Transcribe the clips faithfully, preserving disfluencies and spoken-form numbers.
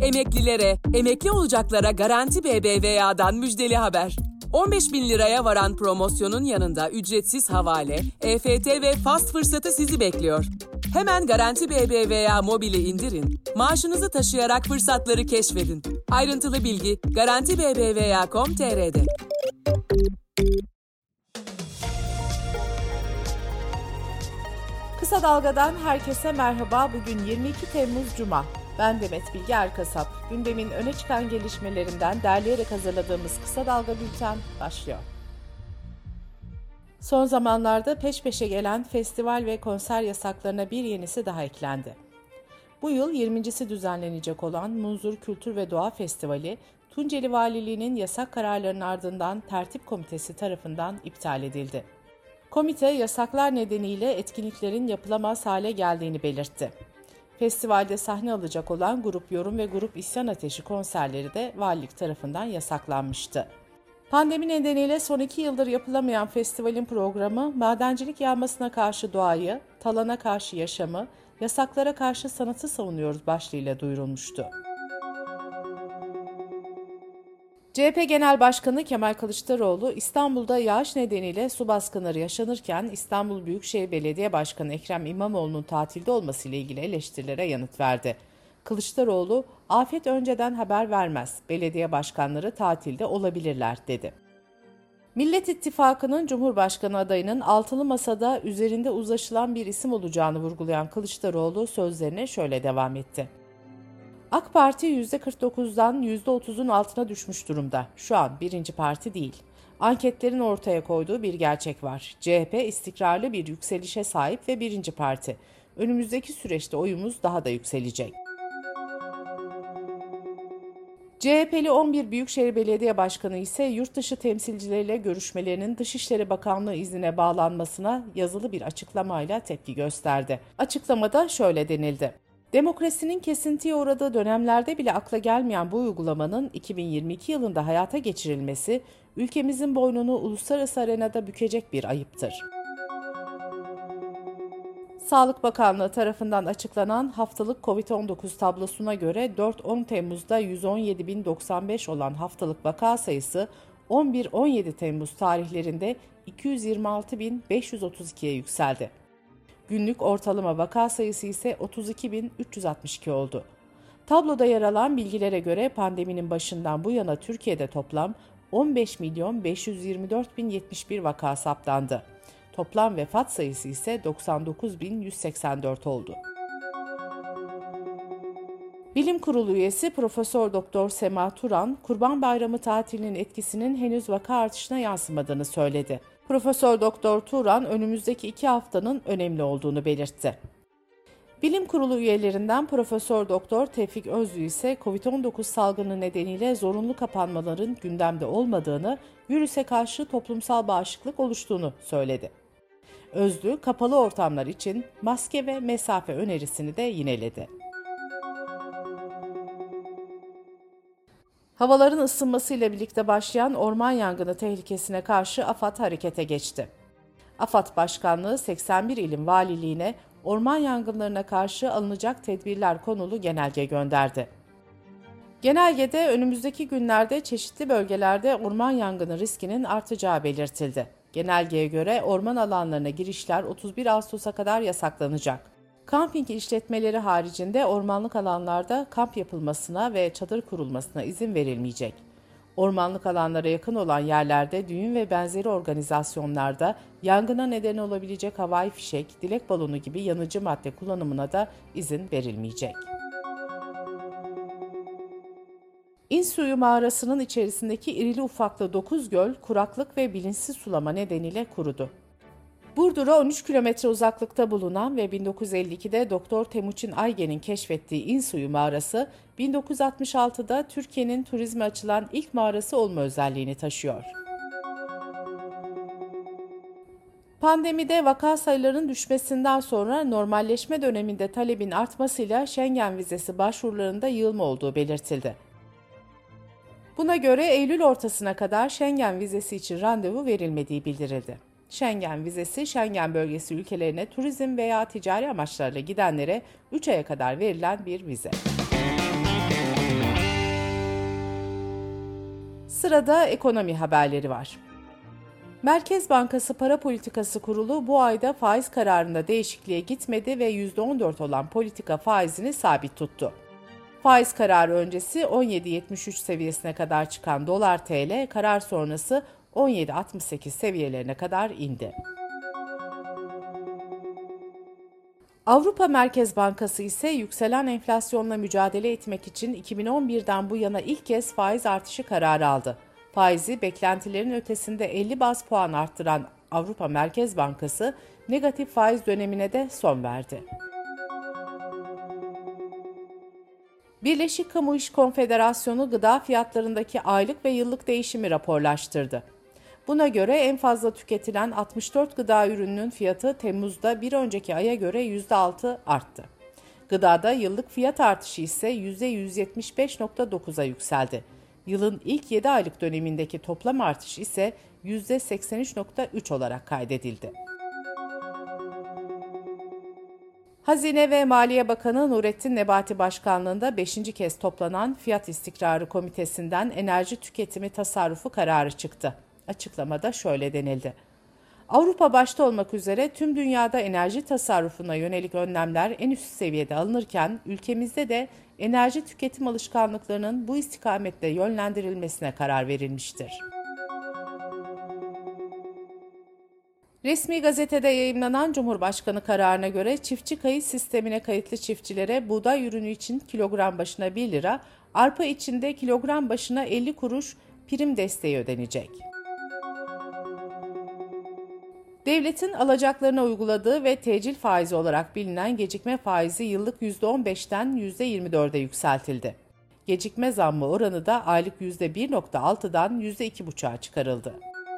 Emeklilere, emekli olacaklara Garanti B B V A'dan müjdeli haber. on beş bin liraya varan promosyonun yanında ücretsiz havale, E F T ve fast fırsatı sizi bekliyor. Hemen Garanti B B V A mobili indirin, maaşınızı taşıyarak fırsatları keşfedin. Ayrıntılı bilgi garanti b b v a nokta com nokta t r'de. Kısa Dalga'dan herkese merhaba. Bugün yirmi iki Temmuz Cuma. Ben Demet Bilge Erkasap. Gündemin öne çıkan gelişmelerinden derleyerek hazırladığımız Kısa Dalga Bülten başlıyor. Son zamanlarda peş peşe gelen festival ve konser yasaklarına bir yenisi daha eklendi. Bu yıl yirmincisi düzenlenecek olan Munzur Kültür ve Doğa Festivali, Tunceli Valiliği'nin yasak kararlarının ardından Tertip Komitesi tarafından iptal edildi. Komite yasaklar nedeniyle etkinliklerin yapılamaz hale geldiğini belirtti. Festivalde sahne alacak olan Grup Yorum ve Grup İsyan Ateşi konserleri de valilik tarafından yasaklanmıştı. Pandemi nedeniyle son iki yıldır yapılamayan festivalin programı, madencilik yağmasına karşı doğayı, talana karşı yaşamı, yasaklara karşı sanatı savunuyoruz başlığıyla duyurulmuştu. C H P Genel Başkanı Kemal Kılıçdaroğlu, İstanbul'da yağış nedeniyle su baskınları yaşanırken İstanbul Büyükşehir Belediye Başkanı Ekrem İmamoğlu'nun tatilde olmasıyla ilgili eleştirilere yanıt verdi. Kılıçdaroğlu, afet önceden haber vermez, belediye başkanları tatilde olabilirler dedi. Millet İttifakı'nın Cumhurbaşkanı adayının altılı masada üzerinde uzlaşılan bir isim olacağını vurgulayan Kılıçdaroğlu sözlerine şöyle devam etti. AK Parti yüzde kırk dokuzdan yüzde otuzun altına düşmüş durumda. Şu an birinci parti değil. Anketlerin ortaya koyduğu bir gerçek var. C H P istikrarlı bir yükselişe sahip ve birinci parti. Önümüzdeki süreçte oyumuz daha da yükselecek. C H P'li on bir Büyükşehir Belediye Başkanı ise yurt dışı temsilcileriyle görüşmelerinin Dışişleri Bakanlığı iznine bağlanmasına yazılı bir açıklamayla tepki gösterdi. Açıklamada şöyle denildi. Demokrasinin kesintiye uğradığı dönemlerde bile akla gelmeyen bu uygulamanın iki bin yirmi iki yılında hayata geçirilmesi, ülkemizin boynunu uluslararası arenada bükecek bir ayıptır. Sağlık Bakanlığı tarafından açıklanan haftalık kovid on dokuz tablosuna göre dört on Temmuz'da yüz on yedi bin doksan beş olan haftalık vaka sayısı on bir on yedi Temmuz tarihlerinde iki yüz yirmi altı bin beş yüz otuz ikiye yükseldi. Günlük ortalama vaka sayısı ise otuz iki bin üç yüz altmış iki oldu. Tabloda yer alan bilgilere göre pandeminin başından bu yana Türkiye'de toplam on beş milyon beş yüz yirmi dört bin yetmiş bir vaka saptandı. Toplam vefat sayısı ise doksan dokuz bin yüz seksen dört oldu. Bilim Kurulu üyesi Profesör Doktor Sema Turan, Kurban Bayramı tatilinin etkisinin henüz vaka artışına yansımadığını söyledi. Profesör Doktor Turan önümüzdeki iki haftanın önemli olduğunu belirtti. Bilim Kurulu üyelerinden Profesör Doktor Tevfik Özlü ise kovid on dokuz salgını nedeniyle zorunlu kapanmaların gündemde olmadığını, virüse karşı toplumsal bağışıklık oluştuğunu söyledi. Özlü, kapalı ortamlar için maske ve mesafe önerisini de yineledi. Havaların ısınmasıyla birlikte başlayan orman yangını tehlikesine karşı AFAD harekete geçti. AFAD Başkanlığı seksen bir ilin valiliğine orman yangınlarına karşı alınacak tedbirler konulu genelge gönderdi. Genelgede önümüzdeki günlerde çeşitli bölgelerde orman yangını riskinin artacağı belirtildi. Genelgeye göre orman alanlarına girişler otuz bir Ağustos'a kadar yasaklanacak. Kamping işletmeleri haricinde ormanlık alanlarda kamp yapılmasına ve çadır kurulmasına izin verilmeyecek. Ormanlık alanlara yakın olan yerlerde düğün ve benzeri organizasyonlarda yangına neden olabilecek havai fişek, dilek balonu gibi yanıcı madde kullanımına da izin verilmeyecek. İnsuyu mağarasının içerisindeki irili ufaklı dokuz göl, kuraklık ve bilinçsiz sulama nedeniyle kurudu. Burdur'a on üç kilometre uzaklıkta bulunan ve bin dokuz yüz elli ikide Doktor Temuçin Aygen'in keşfettiği İnsuyu mağarası, bin dokuz yüz altmış altıda Türkiye'nin turizme açılan ilk mağarası olma özelliğini taşıyor. Pandemide vaka sayılarının düşmesinden sonra normalleşme döneminde talebin artmasıyla Schengen vizesi başvurularında yığılma olduğu belirtildi. Buna göre Eylül ortasına kadar Schengen vizesi için randevu verilmediği bildirildi. Schengen vizesi, Schengen bölgesi ülkelerine turizm veya ticari amaçlarla gidenlere üç aya kadar verilen bir vize. Sırada ekonomi haberleri var. Merkez Bankası Para Politikası Kurulu bu ayda faiz kararında değişikliğe gitmedi ve yüzde on dört olan politika faizini sabit tuttu. Faiz kararı öncesi on yedi virgül yetmiş üç seviyesine kadar çıkan dolar T L, karar sonrası on yedi virgül altmış sekiz seviyelerine kadar indi. Avrupa Merkez Bankası ise yükselen enflasyonla mücadele etmek için iki bin on birden bu yana ilk kez faiz artışı kararı aldı. Faizi beklentilerin ötesinde elli baz puan arttıran Avrupa Merkez Bankası negatif faiz dönemine de son verdi. Birleşik Kamu İş Konfederasyonu gıda fiyatlarındaki aylık ve yıllık değişimi raporlaştırdı. Buna göre en fazla tüketilen altmış dört gıda ürününün fiyatı Temmuz'da bir önceki aya göre yüzde altı arttı. Gıdada yıllık fiyat artışı ise yüzde yüz yetmiş beş virgül dokuza yükseldi. Yılın ilk yedi aylık dönemindeki toplam artış ise yüzde seksen üç virgül üç olarak kaydedildi. Hazine ve Maliye Bakanı Nurettin Nebati başkanlığında beşinci kez toplanan Fiyat İstikrarı Komitesi'nden enerji tüketimi tasarrufu kararı çıktı. Açıklamada şöyle denildi: Avrupa başta olmak üzere tüm dünyada enerji tasarrufuna yönelik önlemler en üst seviyede alınırken ülkemizde de enerji tüketim alışkanlıklarının bu istikamette yönlendirilmesine karar verilmiştir. Resmi gazetede yayımlanan Cumhurbaşkanı kararına göre çiftçi kayıt sistemine kayıtlı çiftçilere buğday ürünü için kilogram başına bir lira, arpa için de kilogram başına elli kuruş prim desteği ödenecek. Devletin alacaklarına uyguladığı ve tecil faizi olarak bilinen gecikme faizi yıllık yüzde on beşten yüzde yirmi dörde yükseltildi. Gecikme zammı oranı da aylık yüzde bir virgül altıdan yüzde iki virgül beşe çıkarıldı.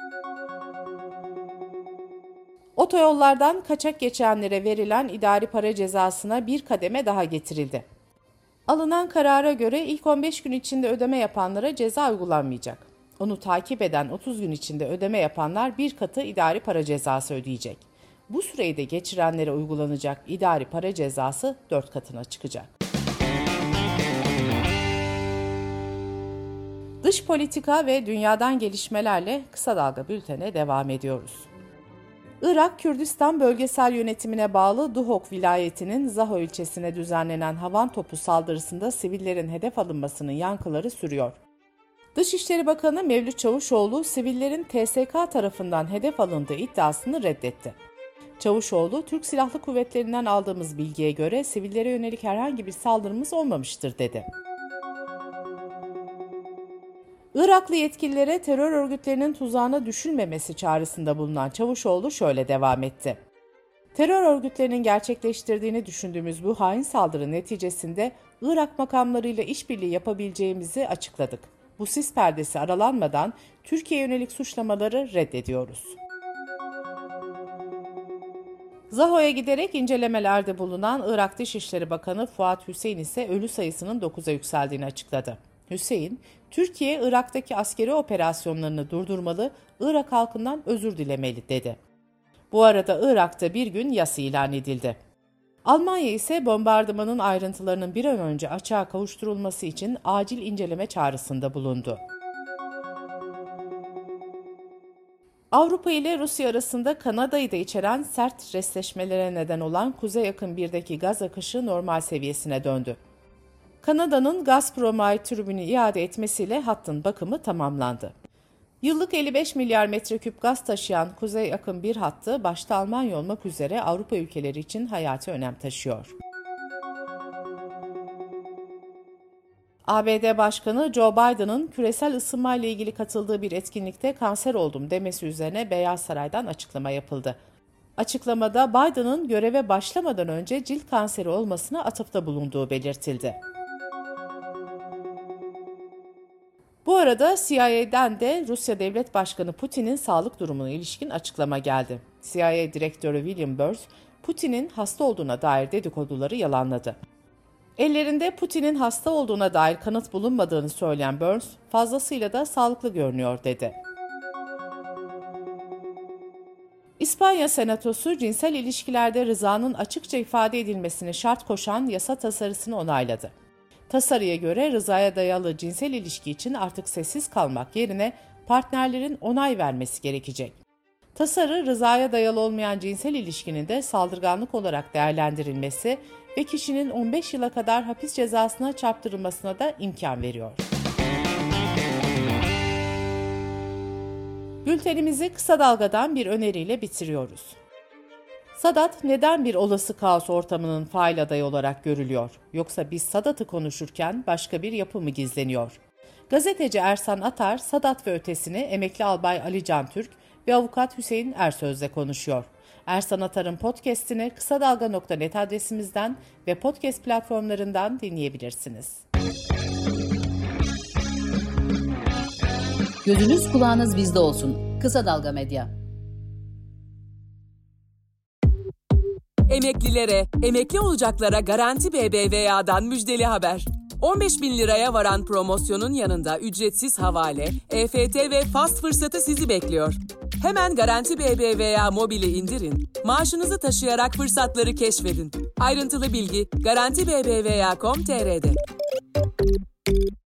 Otoyollardan kaçak geçenlere verilen idari para cezasına bir kademe daha getirildi. Alınan karara göre ilk on beş gün içinde ödeme yapanlara ceza uygulanmayacak. Onu takip eden otuz gün içinde ödeme yapanlar bir katı idari para cezası ödeyecek. Bu süreyi de geçirenlere uygulanacak idari para cezası dört katına çıkacak. Dış politika ve dünyadan gelişmelerle Kısa Dalga Bülten'e devam ediyoruz. Irak, Kürdistan Bölgesel Yönetimine bağlı Duhok vilayetinin Zaho ilçesine düzenlenen havan topu saldırısında sivillerin hedef alınmasının yankıları sürüyor. Dışişleri Bakanı Mevlüt Çavuşoğlu, sivillerin T S K tarafından hedef alındığı iddiasını reddetti. Çavuşoğlu, Türk Silahlı Kuvvetleri'nden aldığımız bilgiye göre sivillere yönelik herhangi bir saldırımız olmamıştır dedi. Iraklı yetkililere terör örgütlerinin tuzağına düşülmemesi çağrısında bulunan Çavuşoğlu şöyle devam etti. Terör örgütlerinin gerçekleştirdiğini düşündüğümüz bu hain saldırı neticesinde Irak makamlarıyla işbirliği yapabileceğimizi açıkladık. Bu sis perdesi aralanmadan Türkiye'ye yönelik suçlamaları reddediyoruz. Zaho'ya giderek incelemelerde bulunan Irak Dışişleri Bakanı Fuat Hüseyin ise ölü sayısının dokuza yükseldiğini açıkladı. Hüseyin, Türkiye, Irak'taki askeri operasyonlarını durdurmalı, Irak halkından özür dilemeli dedi. Bu arada Irak'ta bir gün yas ilan edildi. Almanya ise bombardımanın ayrıntılarının bir an önce açığa kavuşturulması için acil inceleme çağrısında bulundu. Avrupa ile Rusya arasında Kanada'yı da içeren sert resleşmelere neden olan Kuzey Akım birdeki gaz akışı normal seviyesine döndü. Kanada'nın Gazprom'a ait türbünü iade etmesiyle hattın bakımı tamamlandı. Yıllık elli beş milyar metreküp gaz taşıyan Kuzey Akım bir hattı başta Almanya olmak üzere Avrupa ülkeleri için hayati önem taşıyor. A B D Başkanı Joe Biden'ın küresel ısınma ile ilgili katıldığı bir etkinlikte kanser oldum demesi üzerine Beyaz Saray'dan açıklama yapıldı. Açıklamada Biden'ın göreve başlamadan önce cilt kanseri olmasına atıfta bulunduğu belirtildi. Bu arada C I A'den de Rusya Devlet Başkanı Putin'in sağlık durumuna ilişkin açıklama geldi. C I A Direktörü William Burns, Putin'in hasta olduğuna dair dedikoduları yalanladı. Ellerinde Putin'in hasta olduğuna dair kanıt bulunmadığını söyleyen Burns, fazlasıyla da sağlıklı görünüyor dedi. İspanya Senatosu cinsel ilişkilerde rızanın açıkça ifade edilmesini şart koşan yasa tasarısını onayladı. Tasarıya göre rızaya dayalı cinsel ilişki için artık sessiz kalmak yerine partnerlerin onay vermesi gerekecek. Tasarı, rızaya dayalı olmayan cinsel ilişkinin de saldırganlık olarak değerlendirilmesi ve kişinin on beş yıla kadar hapis cezasına çarptırılmasına da imkan veriyor. Bültenimizi kısa dalgadan bir öneriyle bitiriyoruz. Sadat neden bir olası kaos ortamının fail adayı olarak görülüyor? Yoksa biz Sadat'ı konuşurken başka bir yapı mı gizleniyor? Gazeteci Ersan Atar, Sadat ve ötesini emekli albay Ali Can Türk ve avukat Hüseyin Ersöz'le konuşuyor. Ersan Atar'ın podcast'ini kısa dalga nokta net adresimizden ve podcast platformlarından dinleyebilirsiniz. Gözünüz kulağınız bizde olsun. Kısa Dalga Medya. Emeklilere, emekli olacaklara Garanti B B V A'dan müjdeli haber. on beş bin liraya varan promosyonun yanında ücretsiz havale, E F T ve fast fırsatı sizi bekliyor. Hemen Garanti B B V A mobili indirin, maaşınızı taşıyarak fırsatları keşfedin. Ayrıntılı bilgi garanti b b v a nokta com nokta t r'de.